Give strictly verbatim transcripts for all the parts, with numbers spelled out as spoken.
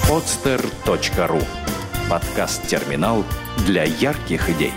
подстер точка ру. Подкаст-терминал для ярких идей.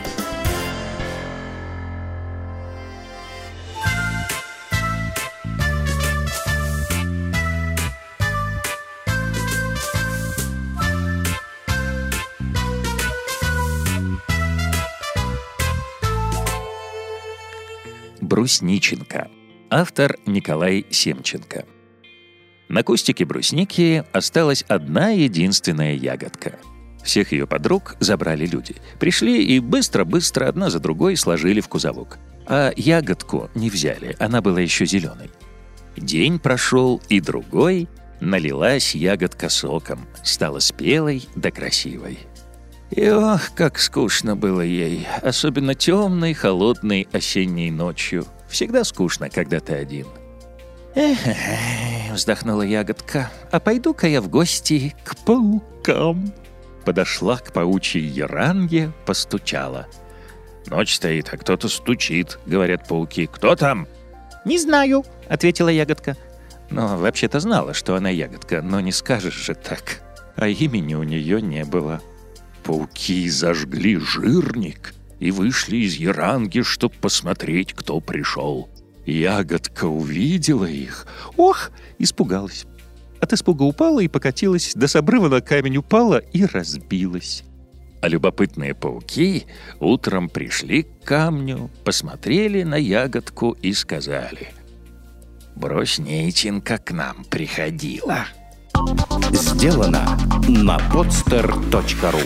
Брусниченко. Автор Николай Семченко. На кустике брусники осталась одна единственная ягодка. Всех ее подруг забрали люди. Пришли и быстро-быстро одна за другой сложили в кузовок. А ягодку не взяли, она была еще зеленой. День прошел и другой, налилась ягодка соком, стала спелой да красивой. И ох, как скучно было ей, особенно темной, холодной осенней ночью. Всегда скучно, когда ты один. «Эх, вздохнула ягодка, а пойду-ка я в гости к паукам». Подошла к паучьей яранге, постучала. «Ночь стоит, а кто-то стучит», — говорят пауки. «Кто там?» «Не знаю», — ответила ягодка. Но вообще-то знала, что она ягодка, но не скажешь же так. А имени у нее не было. Пауки зажгли жирник и вышли из яранги, чтоб посмотреть, кто пришел. Ягодка увидела их. Ох, испугалась. От испуга упала и покатилась, да с обрыва на камень упала и разбилась. А любопытные пауки утром пришли к камню, посмотрели на ягодку и сказали: «Брусниченко к нам приходила». Сделано на подстер точка ру.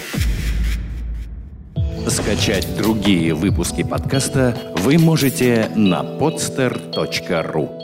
Скачать другие выпуски подкаста вы можете на подстер точка ру.